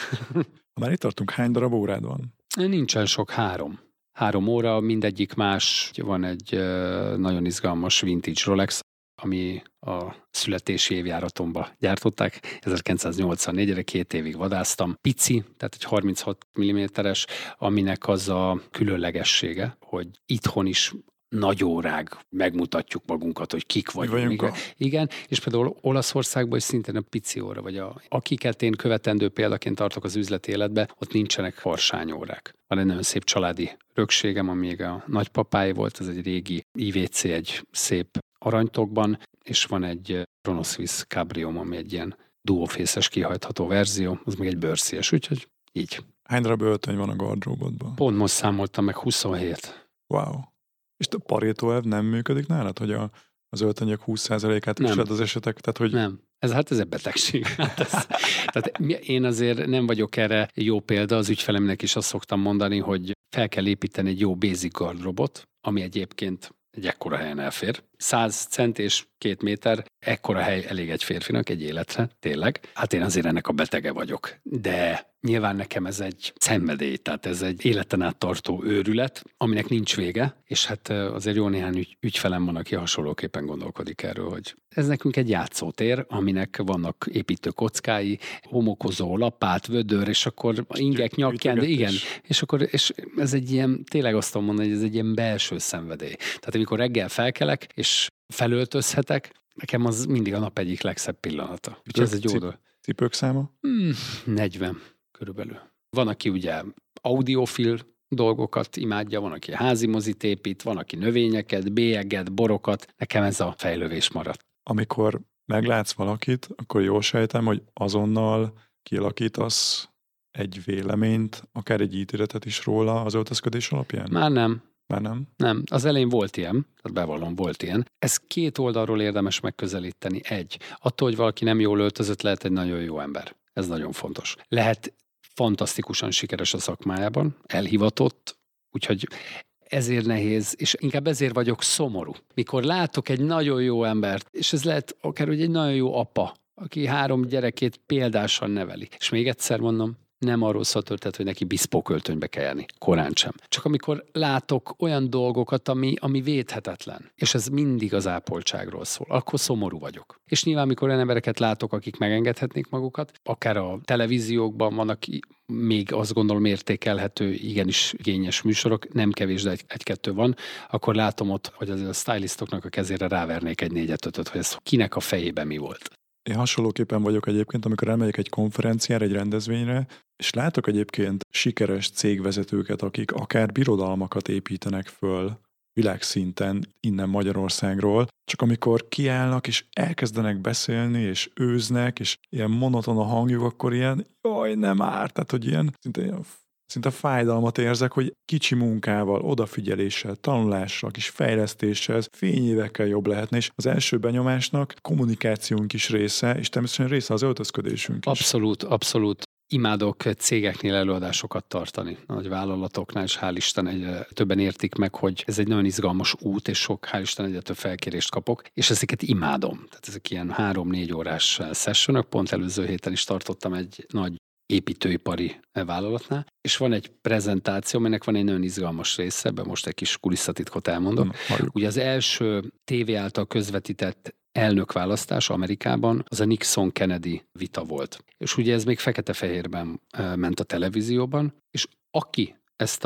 Ha már itt tartunk, hány darab órád van? Nincsen sok, három. Három óra, mindegyik más. Van egy nagyon izgalmas vintage Rolex, ami a születési évjáratomba gyártották. ezerkilencszáznyolcvannégyre két évig vadáztam. Pici, tehát egy harminchat milliméteres, aminek az a különlegessége, hogy itthon is nagy órág, megmutatjuk magunkat, hogy kik vagyunk. vagyunk igen, a... igen, és például Olaszországban is szintén a pici óra, vagy a, akiket én követendő példaként tartok az üzleti életbe, ott nincsenek farsányórák. Van egy nagyon szép családi rökségem, ami még a nagypapáé volt, ez egy régi i vé cé, egy szép aranytokban, és van egy Chronoswiss Cabriom, ami egy ilyen duófészes kihajtható verzió, az meg egy bőrszíjes, úgyhogy így. Hány darab öltöny van a gardróbodban? Pont most számoltam meg huszonhét. Wow. És a Pareto elv nem működik nálad, hogy a, az öltönyök húsz százalékát viseled az esetek? Tehát, hogy... Nem. Ez hát ez egy betegség. Hát ez, tehát én azért nem vagyok erre jó példa, az ügyfelemnek is azt szoktam mondani, hogy fel kell építeni egy jó basic gardróbot, ami egyébként egy ekkora helyen elfér. száz cent és két méter, ekkora hely elég egy férfinak egy életre, tényleg. Hát én azért ennek a betege vagyok. De nyilván nekem ez egy szenvedély, tehát ez egy életen át tartó őrület, aminek nincs vége, és hát azért jó néhány ügy, ügyfelem van, aki hasonlóképpen gondolkodik erről, hogy ez nekünk egy játszótér, aminek vannak építő kockái, homokozó, lapát, vödör, és akkor ingek, nyakkendő, igen, és akkor és ez egy ilyen, tényleg azt tudom mondani, hogy ez egy ilyen belső szenvedély. Tehát amikor reggel felkelek, és felöltözhetek, nekem az mindig a nap egyik legszebb pillanata. Úgyhogy ez egy jó dolog. Cipők száma? Hmm, negyven körülbelül. Van, aki ugye audiofil dolgokat imádja, van, aki házi mozit épít, van, aki növényeket, bélyeget, borokat. Nekem ez a fejlővés maradt. Amikor meglátsz valakit, akkor jól sejtem, hogy azonnal kialakítasz egy véleményt, akár egy ítéletet is róla az öltözködés alapján? Már nem. Már nem? Nem. Az elején volt ilyen, tehát bevallom, volt ilyen. Ez két oldalról érdemes megközelíteni. Egy. Attól, hogy valaki nem jól öltözött, lehet egy nagyon jó ember. Ez nagyon fontos. Lehet fantasztikusan sikeres a szakmájában, elhivatott, úgyhogy ezért nehéz, és inkább ezért vagyok szomorú. Mikor látok egy nagyon jó embert, és ez lehet akár, hogy egy nagyon jó apa, aki három gyerekét példásan neveli. És még egyszer mondom, nem arról szól történet, hogy neki biszpók öltönybe kell járni. Korán sem. Csak amikor látok olyan dolgokat, ami, ami védhetetlen, és ez mindig az ápoltságról szól, akkor szomorú vagyok. És nyilván, amikor olyan embereket látok, akik megengedhetnék magukat, akár a televíziókban vannak még azt gondolom értékelhető, igenis igényes műsorok, nem kevés, de egy, egy-kettő van, akkor látom ott, hogy azért a stylistoknak a kezére rávernék egy négyet-ötöt, hogy ez kinek a fejében mi volt. Én hasonlóképpen vagyok egyébként, amikor elmegyek egy konferenciára, egy rendezvényre, és látok egyébként sikeres cégvezetőket, akik akár birodalmakat építenek föl világszinten innen Magyarországról, csak amikor kiállnak és elkezdenek beszélni, és őznek, és ilyen monoton a hangjuk, akkor ilyen, jaj, nem árt, tehát hogy ilyen, szinte ilyen Szinte fájdalmat érzek, hogy kicsi munkával, odafigyeléssel, tanulással, kis fejlesztéssel, fényévekkel jobb lehetne, és az első benyomásnak kommunikációnk is része, és természetesen része az öltözködésünk is. Abszolút, abszolút. Imádok cégeknél előadásokat tartani, nagy vállalatoknál, és hál' Isten egyre többen értik meg, hogy ez egy nagyon izgalmas út, és sok, hál' Isten egyre több felkérést kapok, és ezeket imádom. Tehát ezek ilyen három-négy órás sessionok, pont előző héten is tartottam egy nagy építőipari vállalatnál, és van egy prezentáció, aminek van egy nagyon izgalmas része, ebben most egy kis kulisszatitkot elmondok. Mm, Ugye az első tévé által közvetített elnökválasztás Amerikában, az a Nixon-Kennedy vita volt. És ugye ez még fekete-fehérben ment a televízióban, és aki ezt a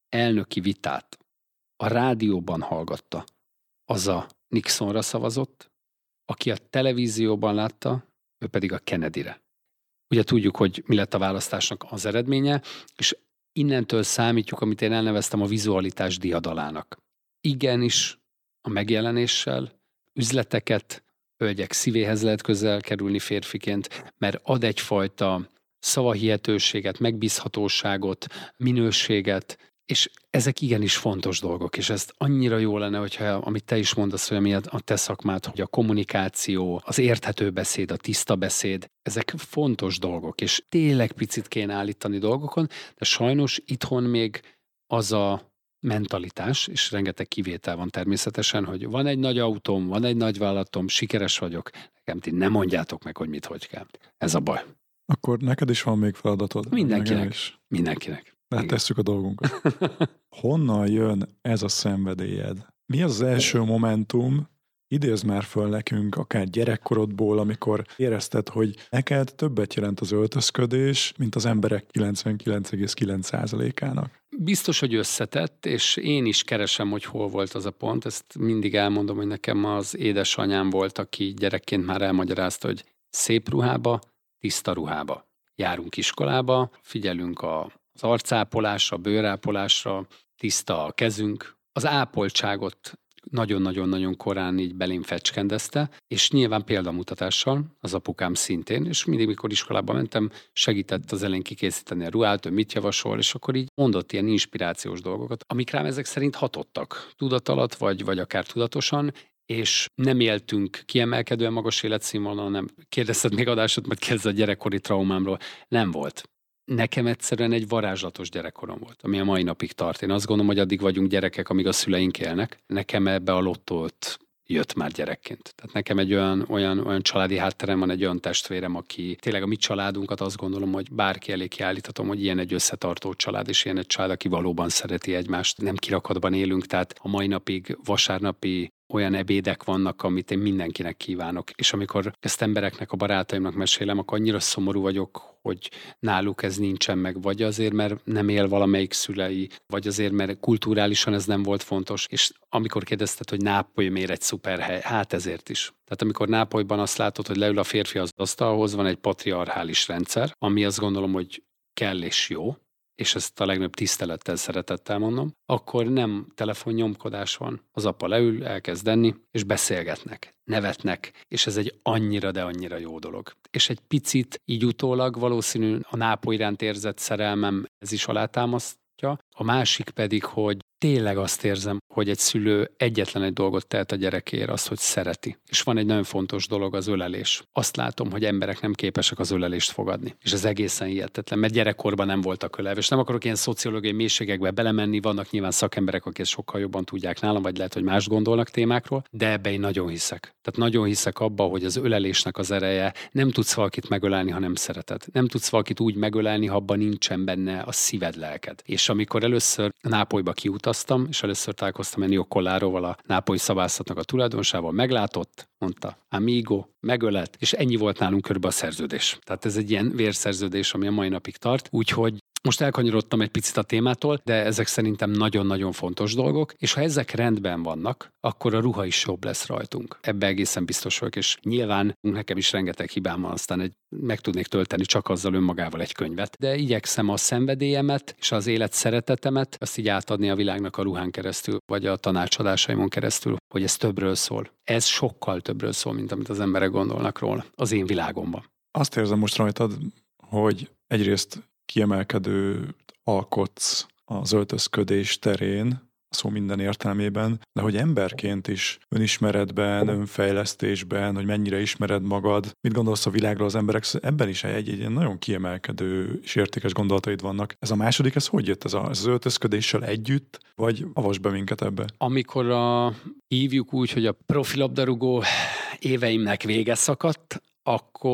elnöki vitát a rádióban hallgatta, az a Nixonra szavazott, aki a televízióban látta, ő pedig a Kennedyre. Ugye tudjuk, hogy mi lett a választásnak az eredménye, és innentől számítjuk, amit én elneveztem a vizualitás diadalának. Igenis a megjelenéssel üzleteket, hölgyek szívéhez lehet közel kerülni férfiként, mert ad egyfajta szavahihetőséget, megbízhatóságot, minőséget, és ezek igenis fontos dolgok, és ezt annyira jó lenne, hogyha, amit te is mondasz, hogy ami a te szakmád, hogy a kommunikáció, az érthető beszéd, a tiszta beszéd, ezek fontos dolgok, és tényleg picit kéne állítani dolgokon, de sajnos itthon még az a mentalitás, és rengeteg kivétel van természetesen, hogy van egy nagy autóm, van egy nagy vállalatom, sikeres vagyok, nekem ti nem mondjátok meg, hogy mit, hogy kell. Ez a baj. Akkor neked is van még feladatod? Mindenkinek. Mindenkinek. Rátesszük a dolgunkat. Honnan jön ez a szenvedélyed? Mi az, az első momentum, idézd már föl nekünk, akár gyerekkorodból, amikor érezted, hogy neked többet jelent az öltözködés, mint az emberek kilencvenkilenc egész kilenc százalékának. Biztos, hogy összetett, és én is keresem, hogy hol volt az a pont. Ezt mindig elmondom, hogy nekem az édesanyám volt, aki gyerekként már elmagyarázta, hogy szép ruhába, tiszta ruhába. Járunk iskolába, figyelünk a az arcápolásra, bőrápolásra, tiszta a kezünk. Az ápoltságot nagyon-nagyon-nagyon korán így belém fecskendezte, és nyilván példamutatással, az apukám szintén, és mindig, mikor iskolába mentem, segített az elején kikészíteni a ruhát, ő mit javasol, és akkor így mondott ilyen inspirációs dolgokat, amik rám ezek szerint hatottak, tudat alatt, vagy, vagy akár tudatosan, és nem éltünk kiemelkedően magas életszínvonalon, nem kérdezted még adásod, majd kérdezz a gyerekkori traumámról, nem volt. Nekem egyszerűen egy varázslatos gyerekkorom volt, ami a mai napig tart. Én azt gondolom, hogy addig vagyunk gyerekek, amíg a szüleink élnek. Nekem ebbe a lottót jött már gyerekként. Tehát nekem egy olyan, olyan, olyan családi hátterem van, egy olyan testvérem, aki tényleg a mi családunkat azt gondolom, hogy bárki elé kiállíthatom, hogy ilyen egy összetartó család, és ilyen egy család, aki valóban szereti egymást. Nem kirakatban élünk, tehát a mai napig vasárnapi olyan ebédek vannak, amit én mindenkinek kívánok. És amikor ezt embereknek, a barátaimnak mesélem, akkor annyira szomorú vagyok, hogy náluk ez nincsen meg. Vagy azért, mert nem él valamelyik szülei, vagy azért, mert kulturálisan ez nem volt fontos. És amikor kérdezted, hogy Nápoly miért egy szuperhely, hát ezért is. Tehát amikor Nápolyban azt látod, hogy leül a férfi az asztalhoz, van egy patriarchális rendszer, ami azt gondolom, hogy kell és jó, és ezt a legnagyobb tisztelettel, szeretettel mondom, akkor nem telefonnyomkodás van. Az apa leül, elkezd enni, és beszélgetnek, nevetnek, és ez egy annyira, de annyira jó dolog. És egy picit így utólag valószínű a Nápoly iránt érzett szerelmem ez is alátámasztja. A másik pedig, hogy tényleg azt érzem, hogy egy szülő egyetlen egy dolgot tehet a gyerekért, azt, hogy szereti. És van egy nagyon fontos dolog, az ölelés. Azt látom, hogy emberek nem képesek az ölelést fogadni. És ez egészen hihetetlen, mert gyerekkorban nem voltak ölelve. És nem akarok ilyen szociológiai mélységekbe belemenni, vannak nyilván szakemberek, akik ezt sokkal jobban tudják nálam, vagy lehet, hogy más gondolnak témákról, de ebbe én nagyon hiszek. Tehát nagyon hiszek abba, hogy az ölelésnek az ereje, nem tudsz valakit megölelni, ha nem szereted. Nem tudsz valakit úgy megölelni, ha abban nincsen benne a szíved, lelked. És amikor először Nápolyba kiutaztam, és először találkoztam Ennio Colláróval, a nápolyi szabászatnak a tulajdonosával, meglátott, mondta, amigo, megölet, és ennyi volt nálunk körülbelül a szerződés. Tehát ez egy ilyen vérszerződés, ami a mai napig tart, úgyhogy most elkanyarodtam egy picit a témától, de ezek szerintem nagyon-nagyon fontos dolgok, és ha ezek rendben vannak, akkor a ruha is jobb lesz rajtunk. Ebbe egészen biztos vagyok, és nyilván nekem is rengeteg hibám van, aztán egy, meg tudnék tölteni csak azzal önmagával egy könyvet, de igyekszem a szenvedélyemet és az élet szeretetemet azt így átadni a világnak a ruhán keresztül, vagy a tanácsadásaimon keresztül, hogy ez többről szól. Ez sokkal többről szól, mint amit az emberek gondolnak róla az én világomban. Azt érzem most rajtad, hogy egyrészt kiemelkedő alkotsz az öltözködés terén, a szó minden értelmében, de hogy emberként is önismeretben, önfejlesztésben, hogy mennyire ismered magad, mit gondolsz a világról az emberek, ebben is egy, egy nagyon kiemelkedő és értékes gondolataid vannak. Ez a második, ez hogy jött? Ez, a, ez az öltözködéssel együtt, vagy avasd be minket ebbe? Amikor a, hívjuk úgy, hogy a profilabdarúgó éveimnek vége szakadt, akkor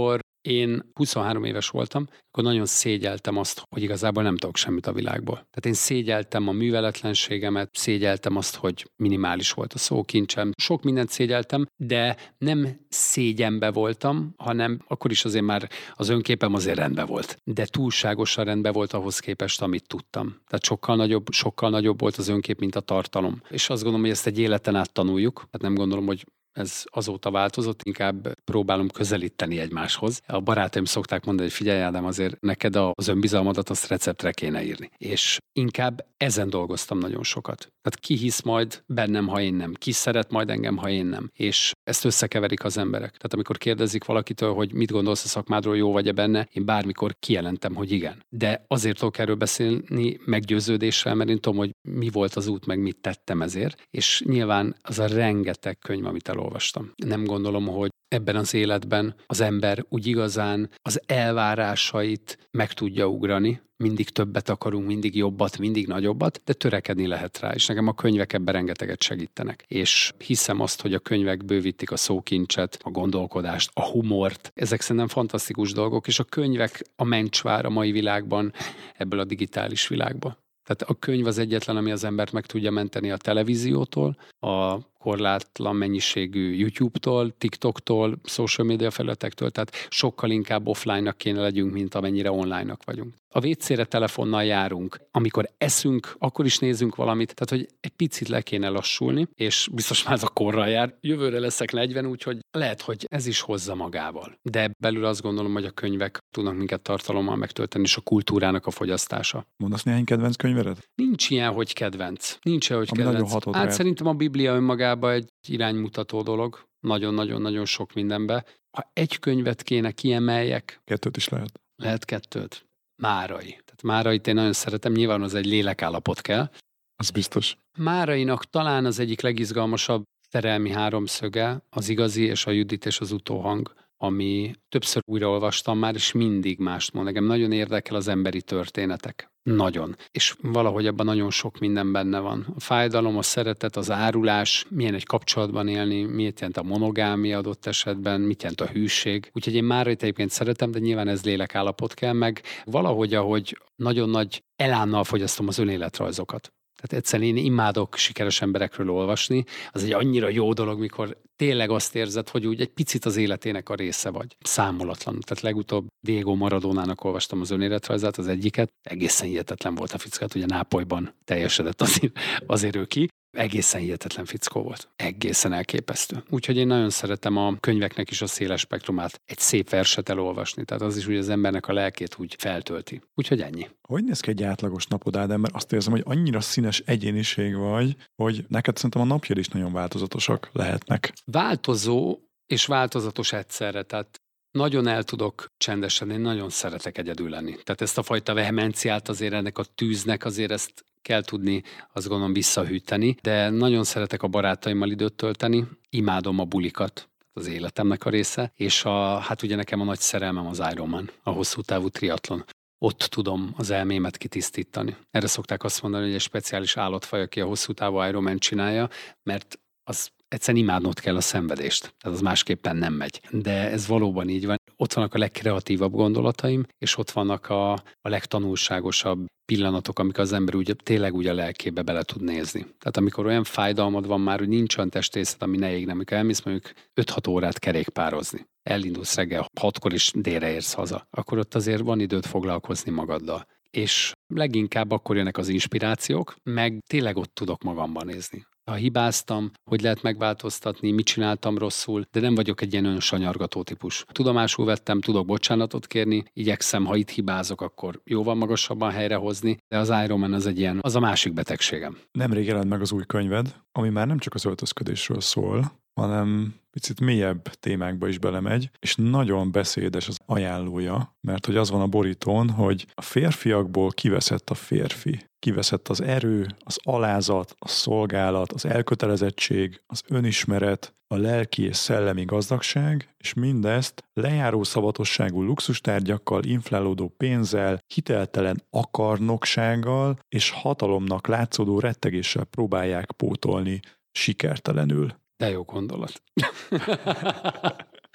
Én huszonhárom éves voltam, akkor nagyon szégyeltem azt, hogy igazából nem tudok semmit a világból. Tehát én szégyeltem a műveletlenségemet, szégyeltem azt, hogy minimális volt a szókincsem. Sok mindent szégyeltem, de nem szégyenbe voltam, hanem akkor is azért már az önképem azért rendben volt. De túlságosan rendben volt ahhoz képest, amit tudtam. Tehát sokkal nagyobb, sokkal nagyobb volt az önkép, mint a tartalom. És azt gondolom, hogy ezt egy életen át tanuljuk. Tehát nem gondolom, hogy ez azóta változott, inkább próbálom közelíteni egymáshoz. A barátaim szokták mondani, hogy figyelj Ádám, azért neked az önbizalmadat azt receptre kéne írni. És inkább ezen dolgoztam nagyon sokat. Tehát ki hisz majd bennem, ha én nem. Ki szeret majd engem, ha én nem. És ezt összekeverik az emberek. Tehát amikor kérdezik valakitől, hogy mit gondolsz a szakmádról, jó vagy-e benne, én bármikor kijelentem, hogy igen. De azért tudok erről beszélni meggyőződéssel, mert én tudom, hogy mi volt az út, meg mit tettem ezért. És nyilván az a rengeteg könyv, amit elolvastam. Nem gondolom, hogy ebben az életben az ember úgy igazán az elvárásait meg tudja ugrani, mindig többet akarunk, mindig jobbat, mindig nagyobbat, de törekedni lehet rá, és nekem a könyvek ebben rengeteget segítenek. És hiszem azt, hogy a könyvek bővítik a szókincset, a gondolkodást, a humort. Ezek szerintem fantasztikus dolgok, és a könyvek a mencsvár a mai világban, ebből a digitális világban. Tehát a könyv az egyetlen, ami az embert meg tudja menteni a televíziótól, a korlátlan mennyiségű YouTube-tól, TikToktól, social media felületektől, tehát sokkal inkább offline-nak kéne legyünk, mint amennyire online-nak vagyunk. A vécére telefonnal járunk, amikor eszünk, akkor is nézünk valamit, tehát hogy egy picit le kéne lassulni, és biztos már ez a korral jár. Jövőre leszek negyven, úgyhogy lehet, hogy ez is hozza magával. De belül azt gondolom, hogy a könyvek tudnak minket tartalommal megtölteni, és a kultúrának a fogyasztása. Mondasz néhány kedvenc könyvedet? Nincs ilyen, hogy kedvenc. Nincs ilyen, hogy Ami kedvenc. nagyon hatott Hát rád. szerintem a Biblia önmagában egy iránymutató dolog. Nagyon-nagyon-nagyon sok mindenbe. Ha egy könyvet kéne kiemeljek, Kettőt is lehet. lehet kettőt. Márai. Tehát Márait én nagyon szeretem, nyilván az egy lélekállapot kell. Az biztos. Márainak talán az egyik legizgalmasabb szerelmi háromszöge az Igazi és a Judit és az utóhang, ami többször újraolvastam már, és mindig mást mond. Nekem nagyon érdekel az emberi történetek. Nagyon. És valahogy abban nagyon sok minden benne van. A fájdalom, a szeretet, az árulás, milyen egy kapcsolatban élni, mit jelent a monogámia adott esetben, mit jelent a hűség. Úgyhogy én már itt egyébként szeretem, de nyilván ez lélekállapot kell, meg valahogy, ahogy nagyon nagy elánnal fogyasztom az önéletrajzokat. Tehát egyszerűen én imádok sikeres emberekről olvasni. Az egy annyira jó dolog, mikor tényleg azt érzed, hogy úgy egy picit az életének a része vagy. Számolatlan. Tehát legutóbb Diego Maradónának olvastam az önéletrajzát, az egyiket. Egészen hihetetlen volt a fickát, ugye Nápolyban teljesedett azért, azért ő ki. Egészen hihetetlen fickó volt. Egészen elképesztő. Úgyhogy én nagyon szeretem a könyveknek is a széles spektrumát. Egy szép verset elolvasni. Tehát az is úgy az embernek a lelkét úgy feltölti. Úgyhogy ennyi. Hogy néz ki egy átlagos napod, Ádám? Mert azt érzem, hogy annyira színes egyéniség vagy, hogy neked szerintem a napjad is nagyon változatosak lehetnek. Változó és változatos egyszerre. Tehát nagyon el tudok csendesen, én nagyon szeretek egyedül lenni. Tehát ezt a fajta vehemenciát azért ennek a tűznek azért ezt kell tudni, azt gondolom visszahűteni, de nagyon szeretek a barátaimmal időt tölteni, imádom a bulikat, az életemnek a része, és a, hát ugye nekem a nagy szerelmem az Ironman, a hosszú távú triatlon. Ott tudom az elmémet kitisztítani. Erre szokták azt mondani, hogy egy speciális állatfaj, aki a hosszú távú Ironman csinálja, mert az egyszerűen imádnod kell a szenvedést. Tehát az másképpen nem megy. De ez valóban így van. Ott vannak a legkreatívabb gondolataim, és ott vannak a, a legtanulságosabb pillanatok, amik az ember úgy, tényleg úgy a lelkébe bele tud nézni. Tehát amikor olyan fájdalmad van már, hogy nincs olyan testészet, ami ne égne, amikor elmész mondjuk öt-hat órát kerékpározni, elindulsz reggel hatkor is délre érsz haza, akkor ott azért van időt foglalkozni magaddal. És leginkább akkor jönnek az inspirációk, meg tényleg ott tudok magamban nézni. Ha hibáztam, hogy lehet megváltoztatni, mit csináltam rosszul, de nem vagyok egy ilyen önsanyargató típus. Tudomásul vettem, tudok bocsánatot kérni, igyekszem, ha itt hibázok, akkor jóval magasabban helyrehozni, de az Ironman az egy ilyen, az a másik betegségem. Nemrég jelent meg az új könyved, ami már nem csak az öltözködésről szól, hanem picit mélyebb témákba is belemegy, és nagyon beszédes az ajánlója, mert hogy az van a borítón, hogy a férfiakból kiveszett a férfi. Kiveszett az erő, az alázat, a szolgálat, az elkötelezettség, az önismeret, a lelki és szellemi gazdagság, és mindezt lejáró szavatosságú luxustárgyakkal, inflálódó pénzzel, hiteltelen akarnoksággal és hatalomnak látszódó rettegéssel próbálják pótolni sikertelenül. De jó gondolat.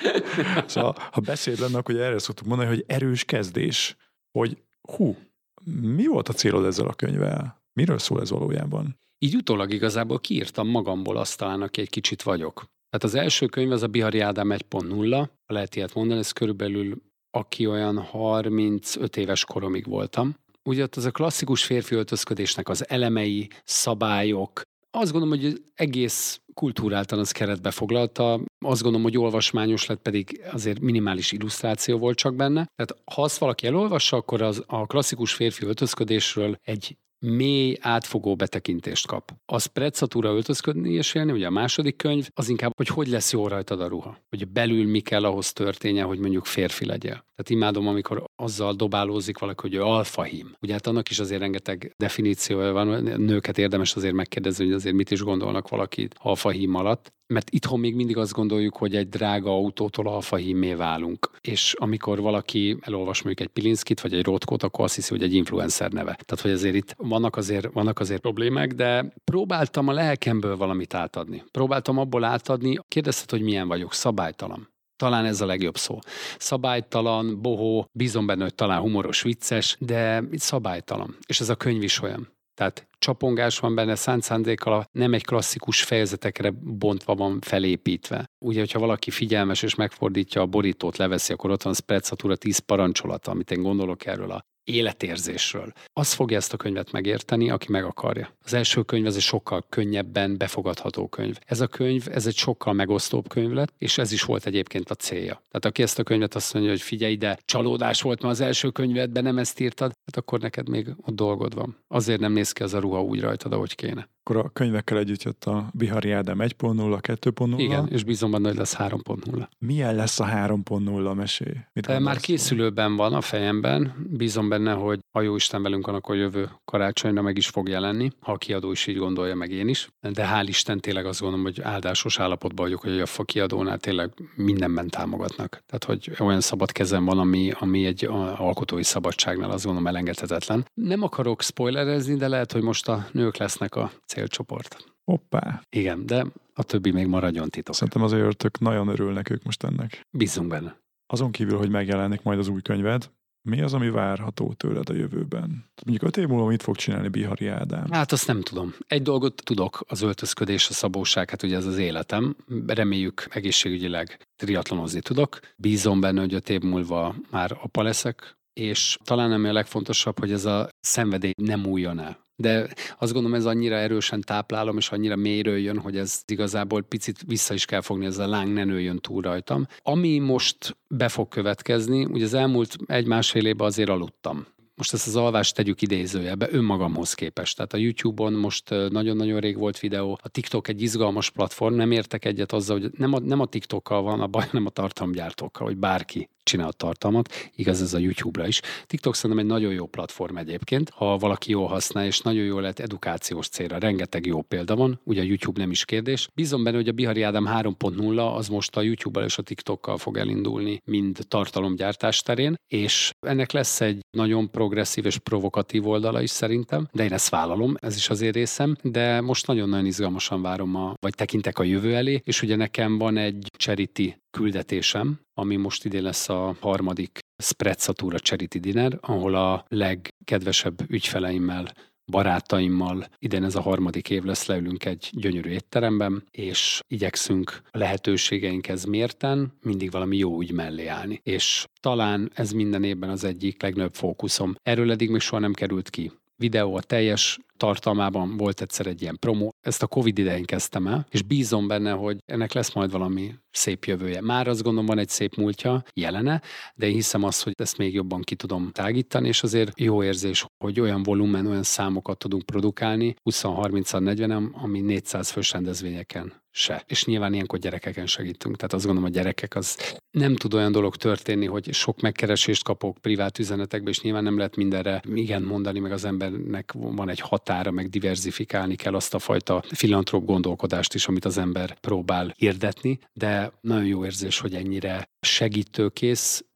Szóval, ha beszéd lenne, akkor erre szoktuk mondani, hogy erős kezdés. Hogy hú, mi volt a célod ezzel a könyvvel? Miről szól ez valójában? Így utólag igazából kiírtam magamból azt talán, aki egy kicsit vagyok. Tehát az első könyv az a Bihari Ádám egy pont nulla, ha lehet ilyet mondani, ez körülbelül aki olyan harmincöt éves koromig voltam. Ugye ott az a klasszikus férfi öltözködésnek az elemei, szabályok, azt gondolom, hogy egész kultúráltan az keretbe foglalta. Azt gondolom, hogy olvasmányos lett, pedig azért minimális illusztráció volt csak benne. Tehát ha azt valaki elolvassa, akkor az a klasszikus férfi öltözködésről egy mély, átfogó betekintést kap. Az Sprezzatura öltözködni és élni, ugye a második könyv, az inkább, hogy hogy lesz jó rajtad a ruha. Hogy belül mi kell ahhoz történjen, hogy mondjuk férfi legyél. Tehát imádom, amikor azzal dobálózik valaki, hogy ő alfahím. Ugye hát annak is azért rengeteg definíciója van, nőket érdemes azért megkérdezni, hogy azért mit is gondolnak valaki alfahím alatt. Mert itthon még mindig azt gondoljuk, hogy egy drága autótól alfahímmé válunk. És amikor valaki elolvas mondjuk egy Pilinszkit, vagy egy Rothkót, akkor azt hiszi, hogy egy influencer neve. Tehát, hogy azért itt vannak azért, vannak azért problémák, de próbáltam a lelkemből valamit átadni. Próbáltam abból átadni, kérdezted, hogy milyen vagyok, szabálytalan. Talán ez a legjobb szó. Szabálytalan, bohó, bízom benne, hogy talán humoros, vicces, de itt szabálytalan. És ez a könyv is olyan. Tehát csapongás van benne, szánt szándékkal, nem egy klasszikus fejezetekre bontva van felépítve. Ugye, hogyha valaki figyelmes és megfordítja a borítót, leveszi, akkor ott van a Sprezzatura tíz parancsolata, amit én gondolok erről a életérzésről. Az fogja ezt a könyvet megérteni, aki meg akarja. Az első könyv az egy sokkal könnyebben befogadható könyv. Ez a könyv, ez egy sokkal megosztóbb könyv lett, és ez is volt egyébként a célja. Tehát aki ezt a könyvet azt mondja, hogy figyelj ide, csalódás volt, mert az első könyvedben nem ezt írtad, hát akkor neked még ott dolgod van. Azért nem néz ki az a ruha úgy rajtad, ahogy kéne. Akkor a könyvekkel együtt jött a Bihari Ádám egy pont nulla, kettő pont nulla. Igen, és bízom benne, hogy lesz három pont nulla. Milyen lesz a három pont nulla, mesélj? Már készülőben van a fejemben, bízom benne, hogy ha jó Isten velünk van, akkor jövő karácsonyra meg is fog jelenni, ha a kiadó is így gondolja, meg én is. De hál' Isten tényleg azt gondolom, hogy áldásos állapotban vagyok, hogy a kiadónál tényleg mindenben támogatnak. Tehát, hogy olyan szabad kezem van, ami, ami egy alkotói szabadságnál azt gondolom elengedhetetlen. Nem akarok spoilerezni, de lehet, hogy most a nők lesznek a célcsoport. Hoppá. Igen, de a többi még maradjon titok. Szerintem azért ők nagyon örülnek ők most ennek. Bízunk benne. Azon kívül, hogy megjelenik majd az új könyved, mi az, ami várható tőled a jövőben? Mondjuk öt év múlva mit fog csinálni Bihari Ádám? Hát azt nem tudom. Egy dolgot tudok, az öltözködés, a szabóság, hát ugye ez az életem. Reméljük egészségügyileg triatlonozni tudok. Bízom benne, hogy öt év múlva már apa leszek, és talán ami a legfontosabb, hogy ez a szenvedély nem újjon el. De azt gondolom, ez annyira erősen táplálom, és annyira mélyről jön, hogy ez igazából picit vissza is kell fogni, ez a láng ne nőjön túl rajtam. Ami most be fog következni, ugye az elmúlt egy-másfél évben azért aludtam. Most ezt az alvást tegyük idézőjelbe önmagamhoz képest. Tehát a YouTube-on most nagyon-nagyon rég volt videó, a TikTok egy izgalmas platform, nem értek egyet azzal, hogy nem a, nem a TikTokkal van a baj, nem a tartalomgyártókkal, hogy bárki csinál tartalmat, igaz ez a YouTube-ra is. TikTok szerintem egy nagyon jó platform egyébként, ha valaki jól használ, és nagyon jól lehet edukációs célra. Rengeteg jó példa van, ugye a YouTube nem is kérdés. Bízom benne, hogy a Bihari Ádám három pont nulla az most a YouTube-bal és a TikTokkal fog elindulni, mind tartalomgyártás terén, és ennek lesz egy nagyon progresszív és provokatív oldala is szerintem, de én ezt vállalom, ez is az én részem, de most nagyon-nagyon izgalmasan várom, a, vagy tekintek a jövő elé, és ugye nekem van egy charity küldetésem, ami most idén lesz a harmadik Sprezzatura Charity Dinner, ahol a legkedvesebb ügyfeleimmel, barátaimmal, idén ez a harmadik év lesz, leülünk egy gyönyörű étteremben, és igyekszünk a lehetőségeinkhez mérten mindig valami jó ügy mellé állni. És talán ez minden évben az egyik legnagyobb fókuszom. Erről eddig még soha nem került ki. Videó a teljes tartalmában volt egyszer egy ilyen promó. Ezt a Covid idején kezdtem el, és bízom benne, hogy ennek lesz majd valami szép jövője. Már azt gondolom, van egy szép múltja, jelene, de én hiszem azt, hogy ezt még jobban ki tudom tágítani, és azért jó érzés, hogy olyan volumen, olyan számokat tudunk produkálni, húsz, harminc, negyven, ami négyszáz fős rendezvényeken se. És nyilván ilyenkor gyerekeken segítünk. Tehát azt gondolom, a gyerekek az nem tud olyan dolog történni, hogy sok megkeresést kapok privát üzenetekbe, és nyilván nem lehet mindenre igen mondani, meg az embernek van egy határa, meg diverzifikálni kell azt a fajta filantróp gondolkodást is, amit az ember próbál hirdetni, de nagyon jó érzés, hogy ennyire segítőkész,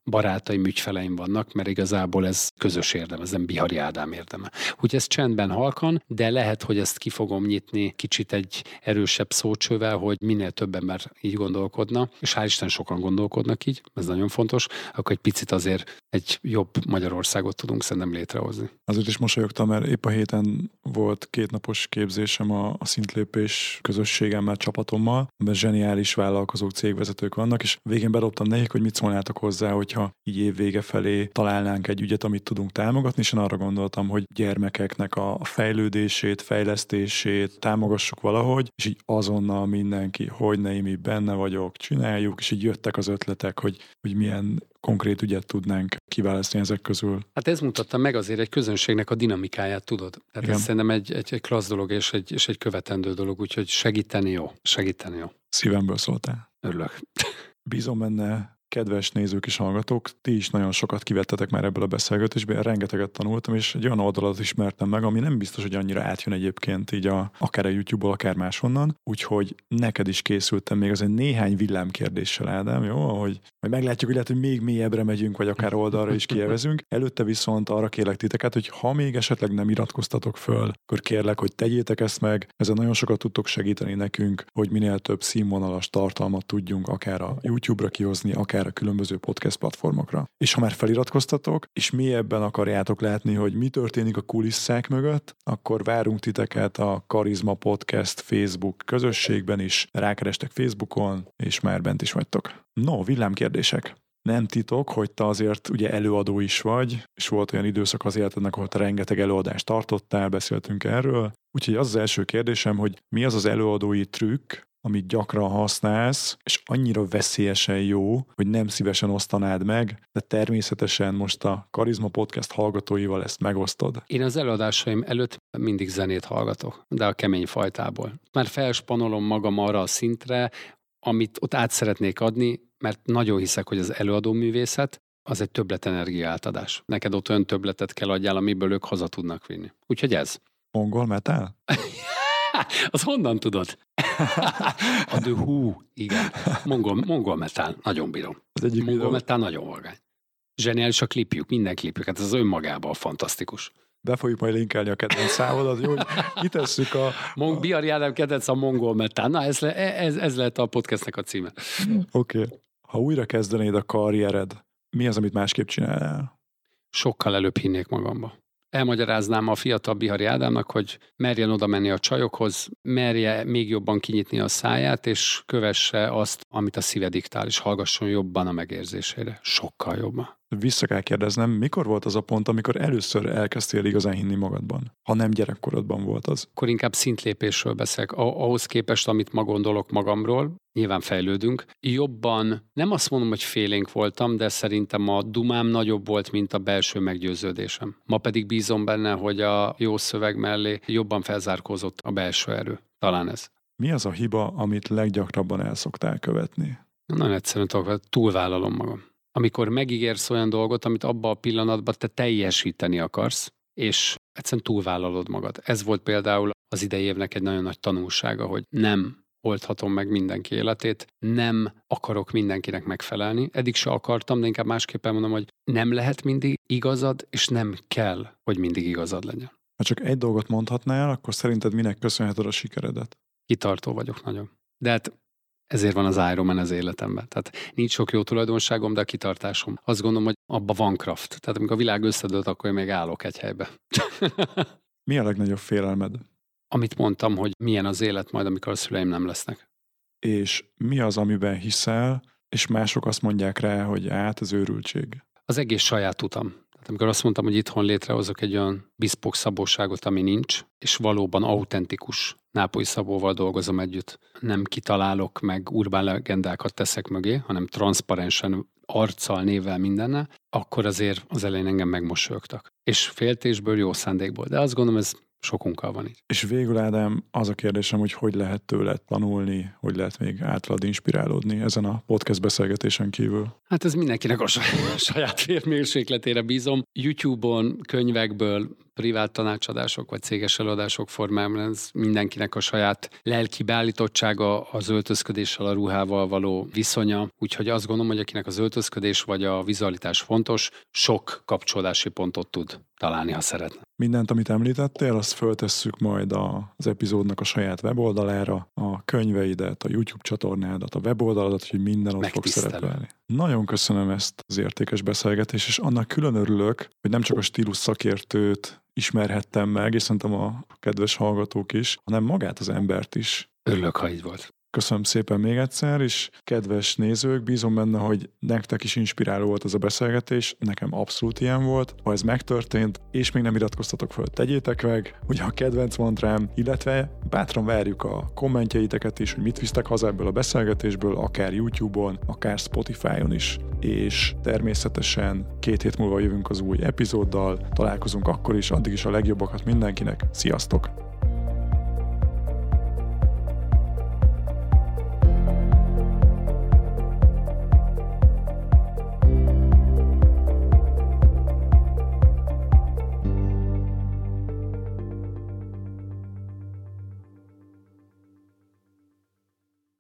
barátaim, ügyfeleim vannak, mert igazából ez közös érdem, ez nem Bihari Ádám érdeme. Úgyhogy ez csendben halkan, de lehet, hogy ezt ki fogom nyitni kicsit egy erősebb szócsővel, hogy minél több ember így gondolkodna, és hál' Isten sokan gondolkodnak így, ez nagyon fontos, akkor egy picit azért egy jobb Magyarországot tudunk szerintem létrehozni. Azért is mosolyogtam, mert épp a héten volt kétnapos képzésem a, a szintlépés közösségemmel, csapatommal, amiben zseniális vállalkozók, cégvezetők vannak, és végén bedobtam nekik, hogy mit szólnátok hozzá, hogyha így év vége felé találnánk egy ügyet, amit tudunk támogatni, és én arra gondoltam, hogy gyermekeknek a fejlődését, fejlesztését támogassuk valahogy, és így azonnal mindenki, hogy ne, én mi benne vagyok, csináljuk, és így jöttek az ötletek, hogy, hogy milyen konkrét ügyet tudnánk kiválasztani ezek közül. Hát ez mutatta meg azért egy közönségnek a dinamikáját, tudod? Tehát Igen. ez szerintem egy, egy, egy klassz dolog és egy, és egy követendő dolog, úgyhogy segíteni jó. Segíteni jó. Szívemből szóltál. Örülök. Bízom benne, kedves nézők és hallgatók, ti is nagyon sokat kivettetek már ebből a beszélgetésből, rengeteget tanultam, és egy olyan oldalat ismertem meg, ami nem biztos, hogy annyira átjön egyébként így a, akár a YouTube-ból, akár máshonnan, úgyhogy neked is készültem még azért néhány villámkérdéssel, Ádám, jó? Ahogy majd meglátjuk, hogy lehet, hogy még mélyebbre megyünk, vagy akár oldalra is kielvezünk. Előtte viszont arra kérlek titeket, hogy ha még esetleg nem iratkoztatok föl, akkor kérlek, hogy tegyétek ezt meg, ezzel nagyon sokat tudtok segíteni nekünk, hogy minél több színvonalas tartalmat tudjunk akár a YouTube-ra kihozni, akár a különböző podcast platformokra. És ha már feliratkoztatok, és mélyebben akarjátok látni, hogy mi történik a kulisszák mögött, akkor várunk titeket a Karizma Podcast Facebook közösségben is, rákerestek Facebookon, és már bent is vagytok. No, villámkérdések. Nem titok, hogy te azért ugye előadó is vagy, és volt olyan időszak az életednek, ahol te rengeteg előadást tartottál, beszéltünk erről. Úgyhogy az az első kérdésem, hogy mi az az előadói trükk, amit gyakran használsz, és annyira veszélyesen jó, hogy nem szívesen osztanád meg, de természetesen most a Karizma Podcast hallgatóival ezt megosztod. Én az előadásaim előtt mindig zenét hallgatok, de a kemény fajtából. Már felspanolom magam arra a szintre, amit ott át szeretnék adni, mert nagyon hiszek, hogy az előadó művészet az egy többletenergia átadás. Neked ott olyan többletet kell adjál, amiből ők haza tudnak vinni. Úgyhogy ez. Mongol metal? Az honnan tudod? A The Who, igen. Mongol, mongol metal, nagyon bírom. Az egyik mongol videó. metal nagyon vagány. Zseniális a klipjük, minden klipjük, hát ez az önmagában fantasztikus. Be fogjuk majd linkelni a kedvenc számodat, jó, hogy kitesszük a... Mong, Bihari Ádám kedvenc a mongol metal. Na, ez, le, ez, ez lehet a podcastnek a címe. Oké. Okay. Ha újra kezdenéd a karriered, mi az, amit másképp csinálnál? Sokkal előbb hinnék magamba. Elmagyaráznám a fiatal Bihari Ádámnak, hogy merjen oda menni a csajokhoz, merje még jobban kinyitni a száját, és kövesse azt, amit a szíve diktál, és hallgasson jobban a megérzésére. Sokkal jobban. Vissza kell kérdeznem, mikor volt az a pont, amikor először elkezdtél igazán hinni magadban? Ha nem gyerekkorodban volt az. Akkor inkább szintlépésről beszélek. Ahhoz képest, amit ma gondolok magamról, nyilván fejlődünk. Jobban, nem azt mondom, hogy félénk voltam, de szerintem a dumám nagyobb volt, mint a belső meggyőződésem. Ma pedig bízom benne, hogy a jó szöveg mellé jobban felzárkózott a belső erő. Talán ez. Mi az a hiba, amit leggyakrabban el szoktál követni? Nagyon egyszerűen tudok, túlvállalom magam. Amikor megígérsz olyan dolgot, amit abban a pillanatban te teljesíteni akarsz, és egyszerűen túlvállalod magad. Ez volt például az idei évnek egy nagyon nagy tanulsága, hogy nem oldhatom meg mindenki életét, nem akarok mindenkinek megfelelni. Eddig se akartam, de inkább másképpen mondom, hogy nem lehet mindig igazad, és nem kell, hogy mindig igazad legyen. Ha csak egy dolgot mondhatnál, akkor szerinted minek köszönheted a sikeredet? Kitartó vagyok nagyon. De hát ezért van az Ironman az életemben. Tehát nincs sok jó tulajdonságom, de a kitartásom. Azt gondolom, hogy abba van kraft. Tehát amikor a világ összedőlt, akkor én még állok egy helybe. Mi a legnagyobb félelmed? Amit mondtam, hogy milyen az élet majd, amikor a szüleim nem lesznek. És mi az, amiben hiszel, és mások azt mondják rá, hogy át az őrültség? Az egész saját utam. Tehát amikor azt mondtam, hogy itthon létrehozok egy olyan bespoke szabóságot, ami nincs, és valóban autentikus nápolyi szabóval dolgozom együtt. Nem kitalálok, meg urbán legendákat teszek mögé, hanem transzparensen, arccal, névvel, mindennel, akkor azért az elején engem megmosolyogtak. És féltésből, jó szándékból. De azt gondolom, ez sokunkkal van így. És végül, Ádám, az a kérdésem, hogy hogy lehet tőled tanulni, hogy lehet még általad inspirálódni ezen a podcast beszélgetésen kívül? Hát Hát ez mindenkinek a saját vérmérsékletére bízom. YouTube-on, könyvekből, privát tanácsadások vagy céges előadások formában ez mindenkinek a saját lelki beállítottsága, az öltözködéssel, a ruhával való viszonya. Úgyhogy azt gondolom, hogy akinek az öltözködés vagy a vizualitás fontos, sok kapcsolódási pontot tud találni, ha szeretne. Mindent, amit említettél, azt föltesszük majd az epizódnak a saját weboldalára, a könyveidet, a YouTube csatornádat, a weboldaladat, hogy minden ott fog szerepelni. Nagyon köszönöm ezt az értékes beszélgetést, és annak külön örülök, hogy nem csak a stílus szakértőt ismerhettem meg, és szerintem a kedves hallgatók is, hanem magát az embert is. Örülök, ha így volt. Köszönöm szépen még egyszer, és kedves nézők, bízom benne, hogy nektek is inspiráló volt ez a beszélgetés, nekem abszolút ilyen volt. Ha ez megtörtént, és még nem iratkoztatok föl, tegyétek meg, ugye a kedvenc mantrám, illetve bátran várjuk a kommentjeiteket is, hogy mit visztek haza ebből a beszélgetésből, akár YouTube-on, akár Spotify-on is. És természetesen két hét múlva jövünk az új epizóddal, találkozunk akkor is, addig is a legjobbakat mindenkinek, sziasztok!